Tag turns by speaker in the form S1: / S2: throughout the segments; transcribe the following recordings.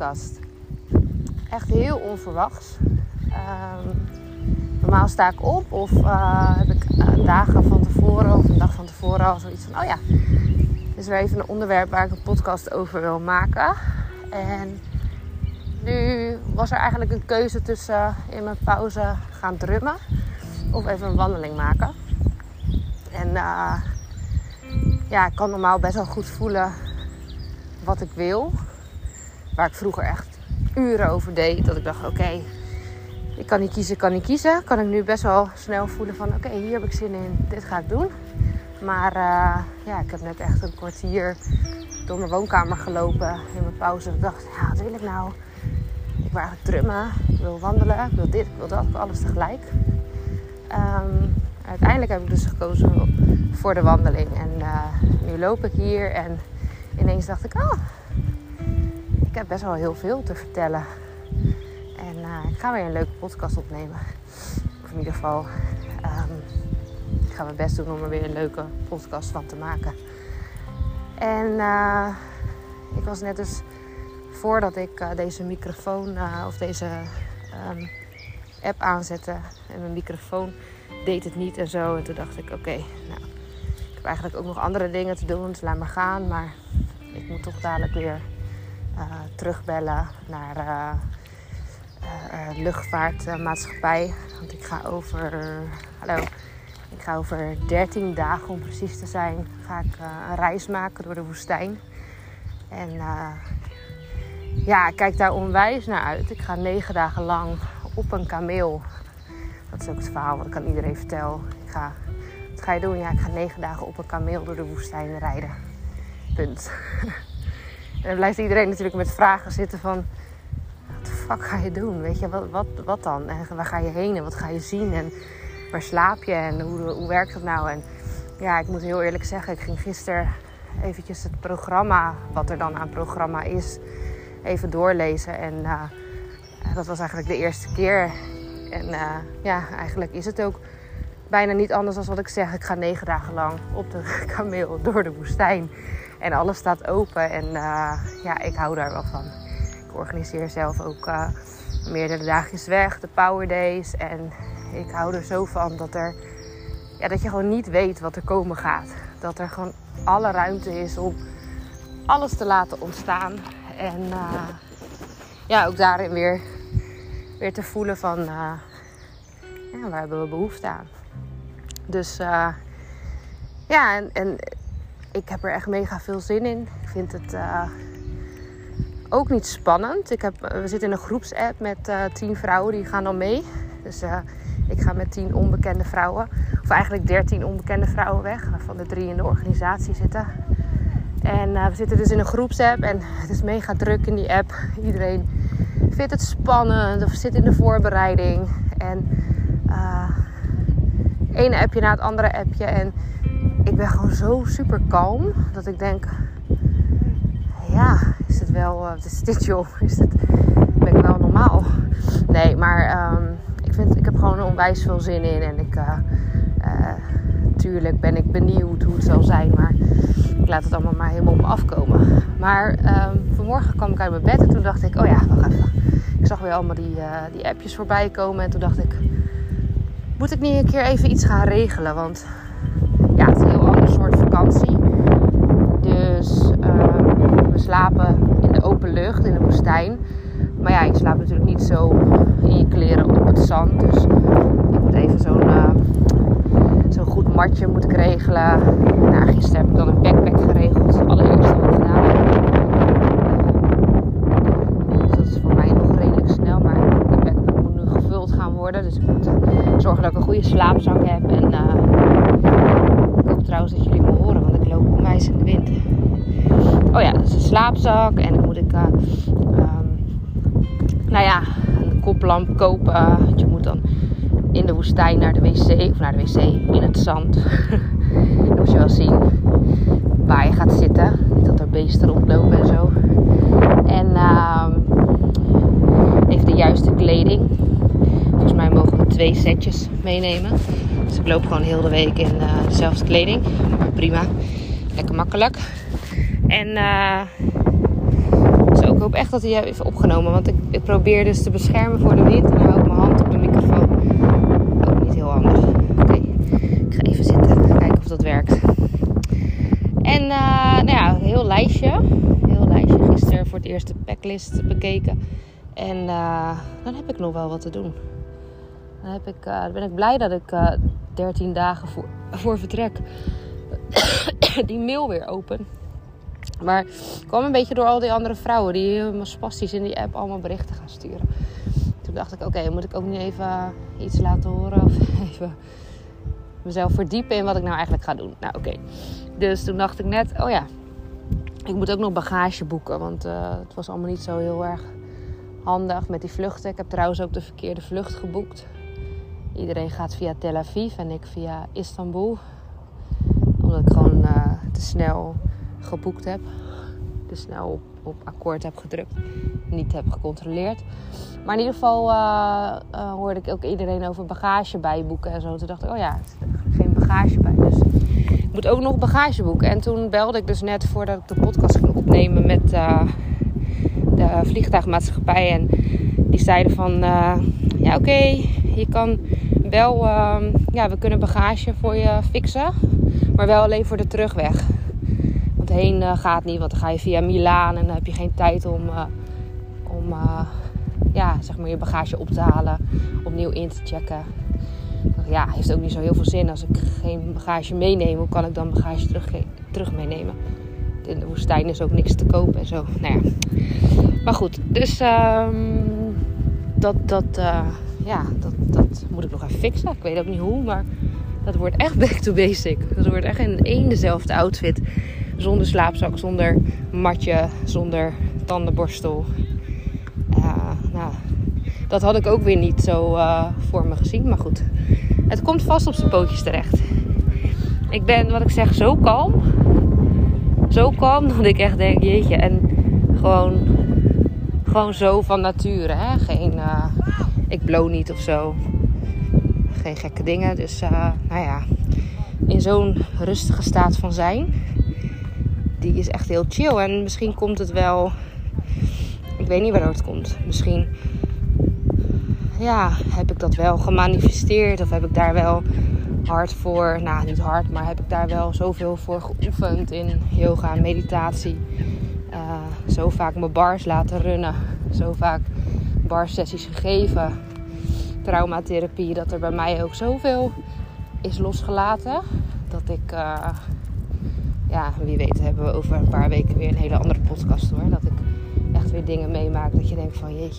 S1: podcast. Echt heel onverwachts. Normaal sta ik op of heb ik dagen van tevoren of een dag van tevoren al zoiets van... Oh ja, dit is weer even een onderwerp waar ik een podcast over wil maken. En nu was er eigenlijk een keuze tussen in mijn pauze gaan drummen of even een wandeling maken. En ik kan normaal best wel goed voelen wat ik wil. Waar ik vroeger echt uren over deed. Dat ik dacht, oké, ik kan niet kiezen. Kan ik nu best wel snel voelen van, oké, hier heb ik zin in. Dit ga ik doen. Maar ik heb net echt een kwartier door mijn woonkamer gelopen in mijn pauze. Ik dacht, ja, wat wil ik nou? Ik wil eigenlijk drummen. Ik wil wandelen. Ik wil dit, ik wil dat. Ik wil alles tegelijk. Uiteindelijk heb ik dus gekozen voor de wandeling. En nu loop ik hier en ineens dacht ik, ik heb best wel heel veel te vertellen. En ik ga weer een leuke podcast opnemen. Of in ieder geval, ik ga mijn best doen om er weer een leuke podcast van te maken. En ik was net dus, voordat ik deze microfoon of deze app aanzette en mijn microfoon deed het niet en zo. En toen dacht ik, oké, ik heb eigenlijk ook nog andere dingen te doen, dus laat maar gaan. Maar ik moet toch dadelijk weer terugbellen naar luchtvaartmaatschappij. Want ik ga over 13 dagen, om precies te zijn, ga ik een reis maken door de woestijn. En ik kijk daar onwijs naar uit. Ik ga 9 dagen lang op een kameel. Dat is ook het verhaal wat ik aan iedereen vertel. Wat ga je doen? Ja, ik ga 9 dagen op een kameel door de woestijn rijden. Punt. En dan blijft iedereen natuurlijk met vragen zitten van... Wat de fuck ga je doen? Weet je, wat dan? En waar ga je heen? En wat ga je zien? En waar slaap je? En hoe werkt dat nou? En ja, ik moet heel eerlijk zeggen... Ik ging gisteren eventjes het programma... Wat er dan aan programma is... Even doorlezen. En dat was eigenlijk de eerste keer. En eigenlijk is het ook... bijna niet anders dan wat ik zeg. Ik ga 9 dagen lang op de kameel door de woestijn. En alles staat open. En ik hou daar wel van. Ik organiseer zelf ook meerdere dagjes weg. De Power Days. En ik hou er zo van dat je gewoon niet weet wat er komen gaat. Dat er gewoon alle ruimte is om alles te laten ontstaan. En ook daarin weer te voelen van... waar hebben we behoefte aan? Dus en ik heb er echt mega veel zin in. Ik vind het ook niet spannend. We zitten in een groepsapp met 10 vrouwen, die gaan dan mee. Dus ik ga met 10 onbekende vrouwen. Of eigenlijk 13 onbekende vrouwen weg. Waarvan er 3 in de organisatie zitten. En we zitten dus in een groepsapp. En het is mega druk in die app. Iedereen vindt het spannend. Of zit in de voorbereiding. En... ene appje na het andere appje. En ik ben gewoon zo super kalm. Dat ik denk... Ja, is het wel... wat is dit joh? Ben ik wel normaal? Nee, maar... ik heb gewoon onwijs veel zin in. En tuurlijk ben ik benieuwd hoe het zal zijn. Maar ik laat het allemaal maar helemaal op me afkomen. Maar vanmorgen kwam ik uit mijn bed. En toen dacht ik... Oh ja, wacht even. Ik zag weer allemaal die appjes voorbij komen. En toen dacht ik... Moet ik niet een keer even iets gaan regelen? Want ja, het is een heel ander soort vakantie. Dus we slapen in de open lucht, in de woestijn. Maar ja, je slaapt natuurlijk niet zo in je kleren op het zand. Dus ik moet even zo'n goed matje moet ik regelen. Nou, gisteren heb ik dan een backpack geregeld. Het allereerste wat ik gedaan heb. Dus dat is voor mij nog redelijk snel. Maar de backpack moet nu gevuld gaan worden. Dus ik moet zorgen dat ik een goede slaapzak heb. En ik hoop trouwens dat jullie me horen, want ik loop onwijs in de wind. Oh ja, dus een slaapzak. En dan moet ik een koplamp kopen. Want je moet dan in de woestijn naar de wc. Of naar de wc in het zand. Dan moet je wel zien waar je gaat zitten. Niet dat er beesten rondlopen en zo. En even de juiste kleding. Volgens mij mogen we 2 setjes meenemen. Dus ik loop gewoon heel de week in dezelfde kleding. Prima. Lekker makkelijk. En het is ook hoop echt dat hij je heeft opgenomen. Want ik probeer dus te beschermen voor de wind. En dan hou ik mijn hand op de microfoon. Ook niet heel handig. Oké, ik ga even zitten. Kijken of dat werkt. En heel lijstje. Gisteren voor het eerst de packlist bekeken. En dan heb ik nog wel wat te doen. Dan ben ik blij dat ik 13 dagen voor vertrek die mail weer open. Maar ik kwam een beetje door al die andere vrouwen die helemaal spastisch in die app allemaal berichten gaan sturen. Toen dacht ik, oké, moet ik ook niet even iets laten horen of even mezelf verdiepen in wat ik nou eigenlijk ga doen. Nou, oké. Dus toen dacht ik net, ik moet ook nog bagage boeken, want het was allemaal niet zo heel erg handig met die vluchten. Ik heb trouwens ook de verkeerde vlucht geboekt. Iedereen gaat via Tel Aviv en ik via Istanbul. Omdat ik gewoon te snel geboekt heb. Te snel op akkoord heb gedrukt. Niet heb gecontroleerd. Maar in ieder geval hoorde ik ook iedereen over bagage bijboeken en zo. Toen dacht ik, er zit eigenlijk geen bagage bij. Dus ik moet ook nog bagage boeken. En toen belde ik dus net voordat ik de podcast ging opnemen met de vliegtuigmaatschappij. En die zeiden van, je kan wel, we kunnen bagage voor je fixen. Maar wel alleen voor de terugweg. Want heen gaat niet, want dan ga je via Milaan en dan heb je geen tijd om je bagage op te halen, opnieuw in te checken. Heeft ook niet zo heel veel zin. Als ik geen bagage meeneem, hoe kan ik dan bagage terug meenemen? In de woestijn is ook niks te kopen en zo. Maar goed, dus dat moet ik nog even fixen. Ik weet ook niet hoe, maar dat wordt echt back to basic. Dat wordt echt in één dezelfde outfit. Zonder slaapzak, zonder matje, zonder tandenborstel. Dat had ik ook weer niet zo voor me gezien. Maar goed, het komt vast op zijn pootjes terecht. Ik ben, wat ik zeg, zo kalm. Zo kalm dat ik echt denk, jeetje. En gewoon zo van nature. Hè? Geen, ik blow niet of zo. Geen gekke dingen. Dus in zo'n rustige staat van zijn. Die is echt heel chill. En misschien komt het wel... Ik weet niet waardoor het komt. Misschien heb ik dat wel gemanifesteerd. Of heb ik daar wel hard voor... niet hard, maar heb ik daar wel zoveel voor geoefend in yoga en meditatie. Zo vaak mijn bars laten runnen. Zo vaak barsessies gegeven. Traumatherapie. Dat er bij mij ook zoveel is losgelaten. Dat ik... wie weet hebben we over een paar weken weer een hele andere podcast hoor. Dat ik echt weer dingen meemaak dat je denkt van jeetje.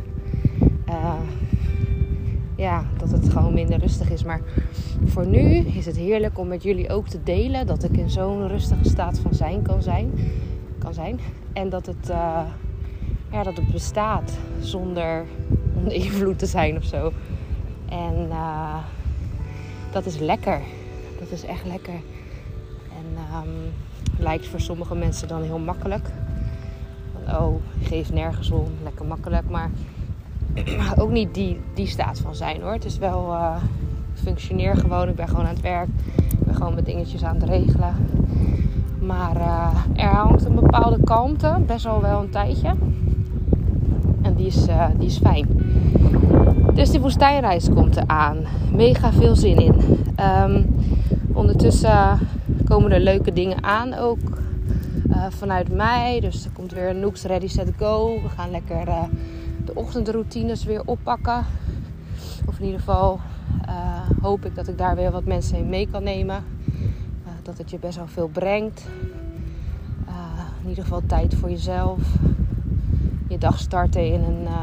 S1: Dat het gewoon minder rustig is. Maar voor nu is het heerlijk om met jullie ook te delen dat ik in zo'n rustige staat van zijn kan zijn. En dat het bestaat zonder onder invloed te zijn of zo. En dat is lekker. Dat is echt lekker. En lijkt voor sommige mensen dan heel makkelijk. Van, geef nergens om, lekker makkelijk. Maar ook niet die staat van zijn hoor. Het is wel, ik functioneer gewoon, ik ben gewoon aan het werk. Ik ben gewoon met dingetjes aan het regelen. Maar er hangt een bepaalde kalmte, best wel een tijdje. En die is fijn. Dus die woestijnreis komt eraan. Mega veel zin in. Ondertussen komen er leuke dingen aan ook vanuit mij. Dus er komt weer een Nooks Ready Set Go. We gaan lekker de ochtendroutines weer oppakken. Of in ieder geval hoop ik dat ik daar weer wat mensen in mee kan nemen. Dat het je best wel veel brengt. In ieder geval tijd voor jezelf. Je dag starten in een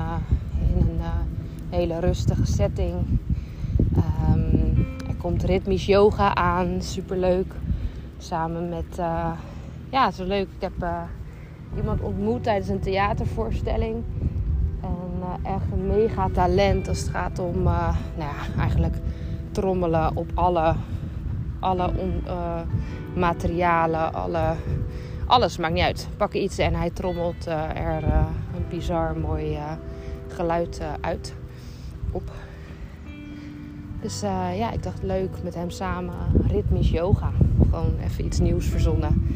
S1: hele rustige setting. Er komt ritmisch yoga aan. Superleuk. Samen met... het is leuk. Ik heb iemand ontmoet tijdens een theatervoorstelling. En echt een mega talent als het gaat om... eigenlijk trommelen op alle materialen. Alles maakt niet uit. Pak iets en hij trommelt er een bizar mooi geluid uit op. Dus ik dacht leuk met hem samen ritmisch yoga. Gewoon even iets nieuws verzonnen.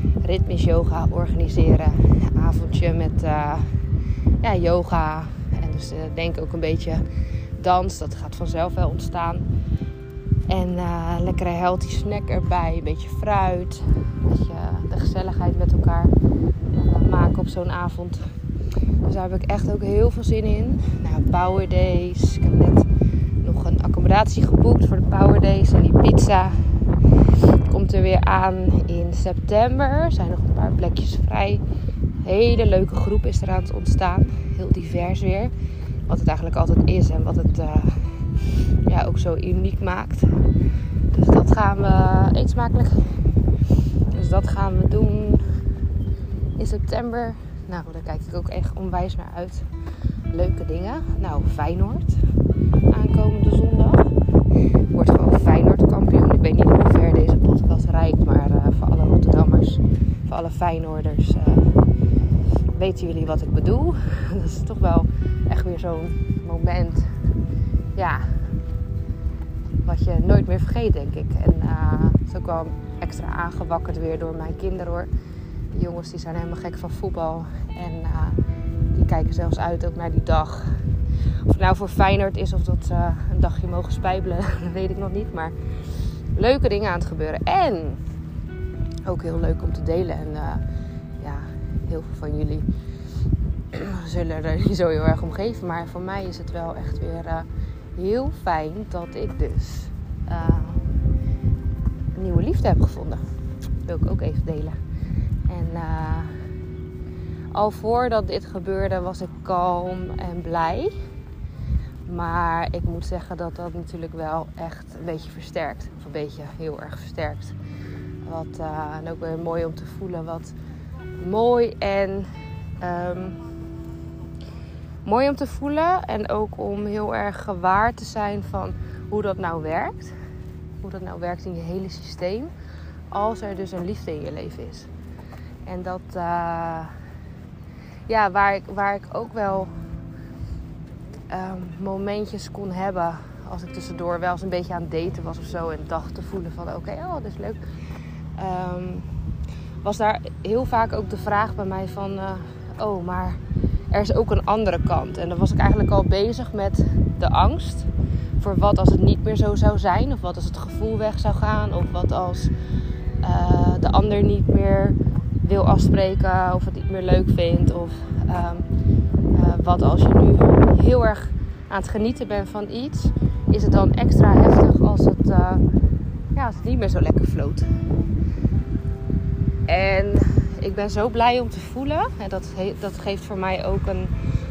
S1: ritmisch yoga organiseren. Een avondje met yoga. En dus denk ook een beetje dans. Dat gaat vanzelf wel ontstaan. En lekkere healthy snack erbij. Een beetje fruit. Een beetje de gezelligheid met elkaar maken op zo'n avond. Dus daar heb ik echt ook heel veel zin in. Nou, Power Days. Ik heb net nog een accommodatie geboekt voor de Power Days. En die pizza komt er weer aan in september. Er zijn nog een paar plekjes vrij. Een hele leuke groep is er aan het ontstaan. Heel divers weer. Wat het eigenlijk altijd is en wat het ook zo uniek maakt. Dus dat gaan we... Eet smakelijk. Dus dat gaan we doen in september. Nou, daar kijk ik ook echt onwijs naar uit. Leuke dingen. Nou, Feyenoord. Aankomende zondag. Wordt gewoon Feyenoord kampioen. Ik weet niet hoe ver deze podcast reikt. Maar voor alle Rotterdammers, voor alle Feyenoorders, weten jullie wat ik bedoel. Dat is toch wel echt weer zo'n moment. Ja, wat je nooit meer vergeet, denk ik. En het is ook wel extra aangewakkerd weer door mijn kinderen, hoor. De jongens die zijn helemaal gek van voetbal. En die kijken zelfs uit ook naar die dag. Of het nou voor Feyenoord is of dat een dagje mogen spijbelen, dat weet ik nog niet. Maar leuke dingen aan het gebeuren. En ook heel leuk om te delen. En heel veel van jullie zullen er niet zo heel erg om geven. Maar voor mij is het wel echt weer heel fijn dat ik dus een nieuwe liefde heb gevonden. Dat wil ik ook even delen. En al voordat dit gebeurde was ik kalm en blij. Maar ik moet zeggen dat dat natuurlijk wel echt een beetje versterkt. Of een beetje heel erg versterkt. En ook weer mooi om te voelen. Wat mooi en mooi om te voelen. En ook om heel erg gewaar te zijn van hoe dat nou werkt. Hoe dat nou werkt in je hele systeem. Als er dus een liefde in je leven is. En dat, waar ik ook wel momentjes kon hebben. Als ik tussendoor wel eens een beetje aan het daten was of zo. En dacht te voelen van oké, dat is leuk. Was daar heel vaak ook de vraag bij mij van... maar er is ook een andere kant. En dan was ik eigenlijk al bezig met de angst. Voor wat als het niet meer zo zou zijn. Of wat als het gevoel weg zou gaan. Of wat als de ander niet meer wil afspreken. Of het niet meer leuk vindt. Of wat als je nu heel erg aan het genieten bent van iets. Is het dan extra heftig als het niet meer zo lekker floot. En ik ben zo blij om te voelen. En dat geeft voor mij ook een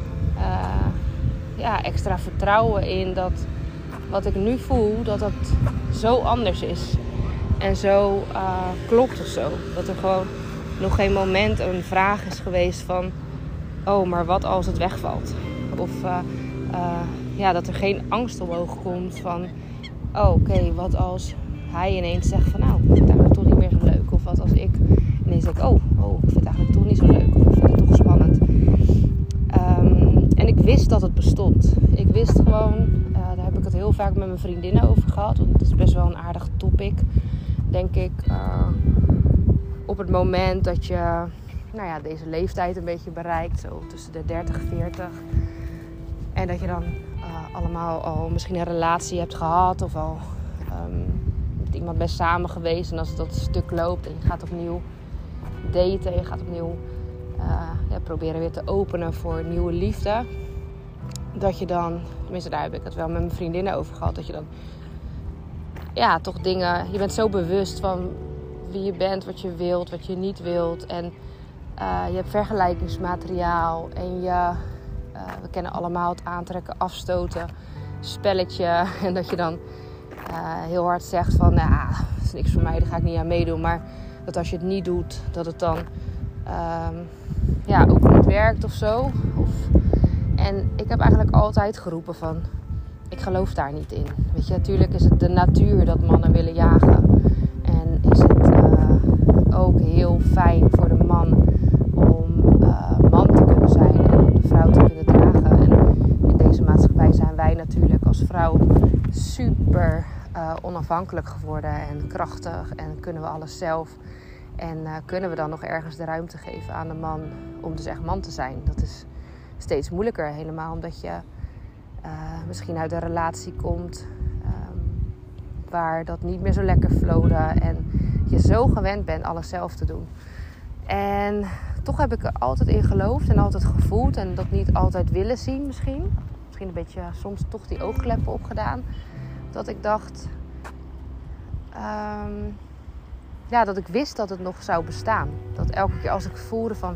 S1: extra vertrouwen in dat wat ik nu voel, dat zo anders is. En zo klopt of zo. Dat er gewoon nog geen moment een vraag is geweest van... maar wat als het wegvalt? Of dat er geen angst omhoog komt van... oké, wat als hij ineens zegt van... nou, ik vind het eigenlijk toch niet meer zo leuk. Of wat als ik ineens denk... ik vind het eigenlijk toch niet zo leuk. Of ik vind het toch spannend. En ik wist dat het bestond. Ik wist gewoon... daar heb ik het heel vaak met mijn vriendinnen over gehad. Want het is best wel een aardig topic. Denk ik... op het moment dat je... deze leeftijd een beetje bereikt. Zo tussen de 30 en 40. En dat je dan allemaal al misschien een relatie hebt gehad. Of al met iemand bent samen geweest. En als dat stuk loopt en je gaat opnieuw daten. Je gaat opnieuw proberen weer te openen voor nieuwe liefde. Dat je dan, tenminste daar heb ik het wel met mijn vriendinnen over gehad. Dat je dan toch dingen... Je bent zo bewust van wie je bent, wat je wilt, wat je niet wilt. En je hebt vergelijkingsmateriaal. En we kennen allemaal het aantrekken, afstoten, spelletje. En dat je dan heel hard zegt van... dat is niks voor mij, daar ga ik niet aan meedoen. Maar dat als je het niet doet, dat het dan ook niet werkt of zo. En ik heb eigenlijk altijd geroepen van... ik geloof daar niet in. Weet je, natuurlijk is het de natuur dat mannen willen jagen. En is het ook heel fijn voor de man om man te kunnen zijn en om de vrouw te kunnen dragen. En in deze maatschappij zijn wij natuurlijk als vrouw super onafhankelijk geworden en krachtig. En kunnen we alles zelf. En kunnen we dan nog ergens de ruimte geven aan een man om dus echt man te zijn? Dat is steeds moeilijker. Helemaal omdat je misschien uit een relatie komt waar dat niet meer zo lekker flowde. En je zo gewend bent alles zelf te doen. En toch heb ik er altijd in geloofd en altijd gevoeld. En dat niet altijd willen zien misschien. Misschien een beetje soms toch die oogkleppen opgedaan. Dat ik dacht... dat ik wist dat het nog zou bestaan. Dat elke keer als ik voelde van...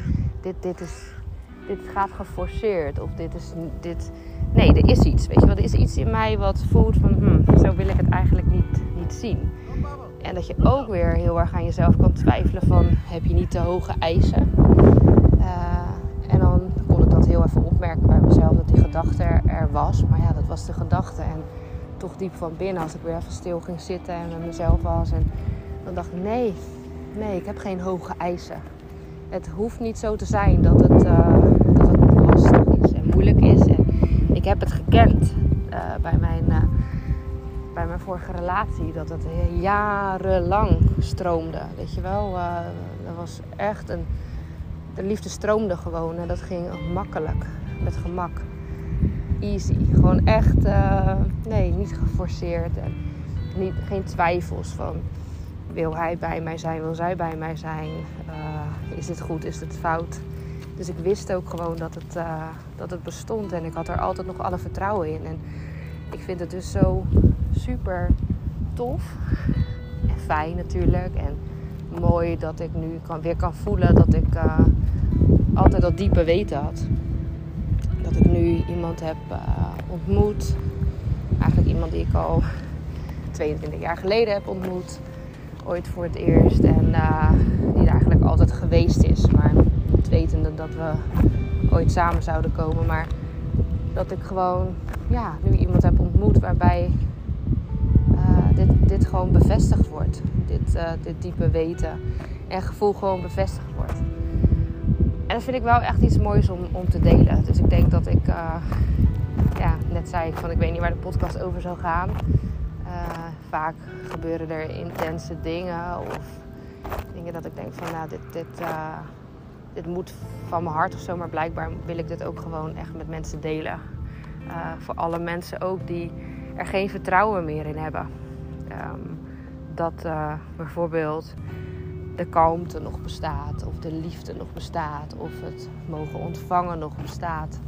S1: dit gaat geforceerd. Of nee, er is iets. Weet je wel, er is iets in mij wat voelt van... zo wil ik het eigenlijk niet zien. En dat je ook weer heel erg aan jezelf kan twijfelen van... heb je niet te hoge eisen? En dan kon ik dat heel even opmerken bij mezelf. Dat die gedachte er was. Maar ja, dat was de gedachte. En toch diep van binnen, als ik weer even stil ging zitten en met mezelf was. En dan dacht ik, nee, ik heb geen hoge eisen. Het hoeft niet zo te zijn dat het lastig is en moeilijk is. En ik heb het gekend bij mijn vorige relatie, dat het jarenlang stroomde. Weet je wel, dat was echt de liefde stroomde gewoon en dat ging makkelijk, met gemak. Easy. Gewoon echt, niet geforceerd. En geen twijfels van, wil hij bij mij zijn, wil zij bij mij zijn? Is dit goed, is dit fout? Dus ik wist ook gewoon dat het bestond. En ik had er altijd nog alle vertrouwen in. En ik vind het dus zo super tof. En fijn natuurlijk. En mooi dat ik nu weer kan voelen dat ik altijd dat diepe weten had. Dat ik nu iemand heb ontmoet. Eigenlijk iemand die ik al 22 jaar geleden heb ontmoet. Ooit voor het eerst. En die er eigenlijk altijd geweest is. Maar niet wetende dat we ooit samen zouden komen. Maar dat ik gewoon nu iemand heb ontmoet waarbij dit gewoon bevestigd wordt. Dit diepe weten en gevoel gewoon bevestigd wordt. En dat vind ik wel echt iets moois om te delen. Dus ik denk dat ik... net zei ik van ik weet niet waar de podcast over zou gaan. Vaak gebeuren er intense dingen. Of dingen dat ik denk van dit moet van mijn hart of zo. Maar blijkbaar wil ik dit ook gewoon echt met mensen delen. Voor alle mensen ook die er geen vertrouwen meer in hebben. Dat bijvoorbeeld de kalmte nog bestaat. Of de liefde nog bestaat. Of het mogen ontvangen nog bestaat.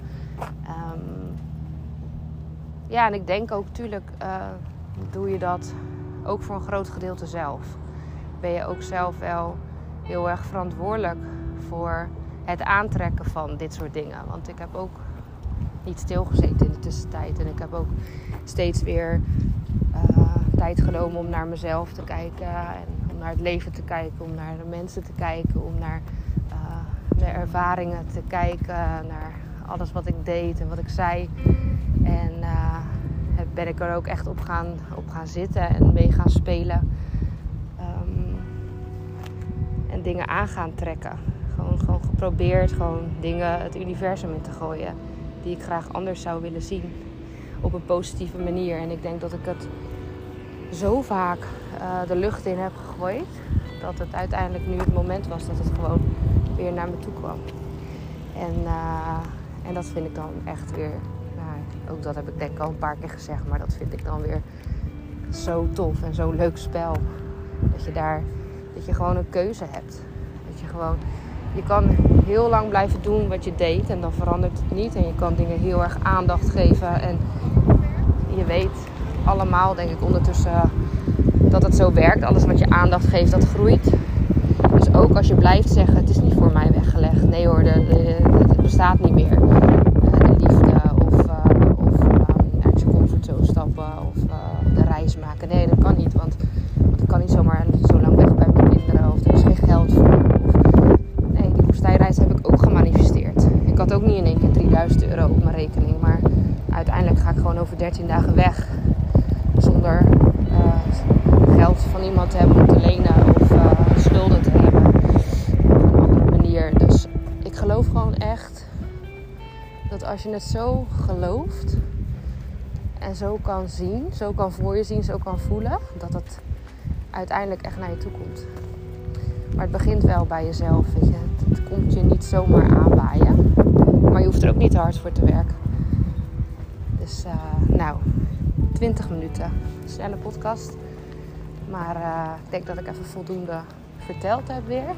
S1: En ik denk ook, tuurlijk doe je dat ook voor een groot gedeelte zelf. Ben je ook zelf wel heel erg verantwoordelijk voor het aantrekken van dit soort dingen. Want ik heb ook niet stilgezeten in de tussentijd. En ik heb ook steeds weer tijd genomen om naar mezelf te kijken. En om naar het leven te kijken. Om naar de mensen te kijken. Om naar de ervaringen te kijken. Naar alles wat ik deed en wat ik zei. En ben ik er ook echt op gaan zitten en mee gaan spelen. En dingen aan gaan trekken. Gewoon geprobeerd dingen het universum in te gooien. Die ik graag anders zou willen zien. Op een positieve manier. En ik denk dat ik het zo vaak de lucht in heb gegooid. Dat het uiteindelijk nu het moment was dat het gewoon weer naar me toe kwam. En dat vind ik dan echt weer... ook dat heb ik denk ik al een paar keer gezegd. Maar dat vind ik dan weer zo tof en zo'n leuk spel. Dat je gewoon een keuze hebt. Je kan heel lang blijven doen wat je deed. En dan verandert het niet. En je kan dingen heel erg aandacht geven. En je weet allemaal denk ik ondertussen dat het zo werkt. Alles wat je aandacht geeft, dat groeit. Dus ook als je blijft zeggen, het is niet voor mij weggelegd. Nee hoor, het bestaat niet meer. De liefde of uit je comfortzone stappen of de reis maken. Nee, dat kan niet. Want ik kan niet zomaar zo lang weg bij mijn kinderen. Of er is geen geld voor. Nee, die woestijnreis heb ik ook gemanifesteerd. Ik had ook niet in één keer €3000 op mijn rekening. Maar uiteindelijk ga ik gewoon over 13 dagen weg. Zonder geld van iemand te hebben om te lenen of schulden te hebben. Op een andere manier. Dus ik geloof gewoon echt dat als je het zo gelooft en zo kan zien, zo kan voor je zien, zo kan voelen, dat het uiteindelijk echt naar je toe komt. Maar het begint wel bij jezelf, weet je. Het komt je niet zomaar aanwaaien. Maar je hoeft er ook niet te hard voor te werken. Dus 20 minuten. Snelle podcast. Maar ik denk dat ik even voldoende verteld heb weer.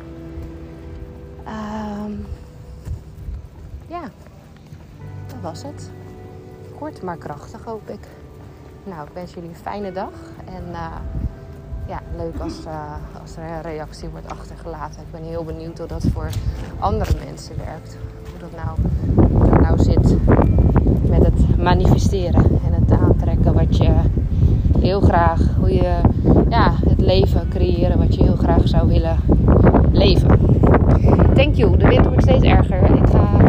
S1: Dat was het. Kort maar krachtig, hoop ik. Nou, ik wens jullie een fijne dag. En leuk als er een reactie wordt achtergelaten. Ik ben heel benieuwd hoe dat voor andere mensen werkt. Hoe dat nou zit met het manifesteren en het aantrekken wat je heel graag, hoe je het leven creëren wat je heel graag zou willen leven. Thank you. De wind wordt steeds erger. Ik ga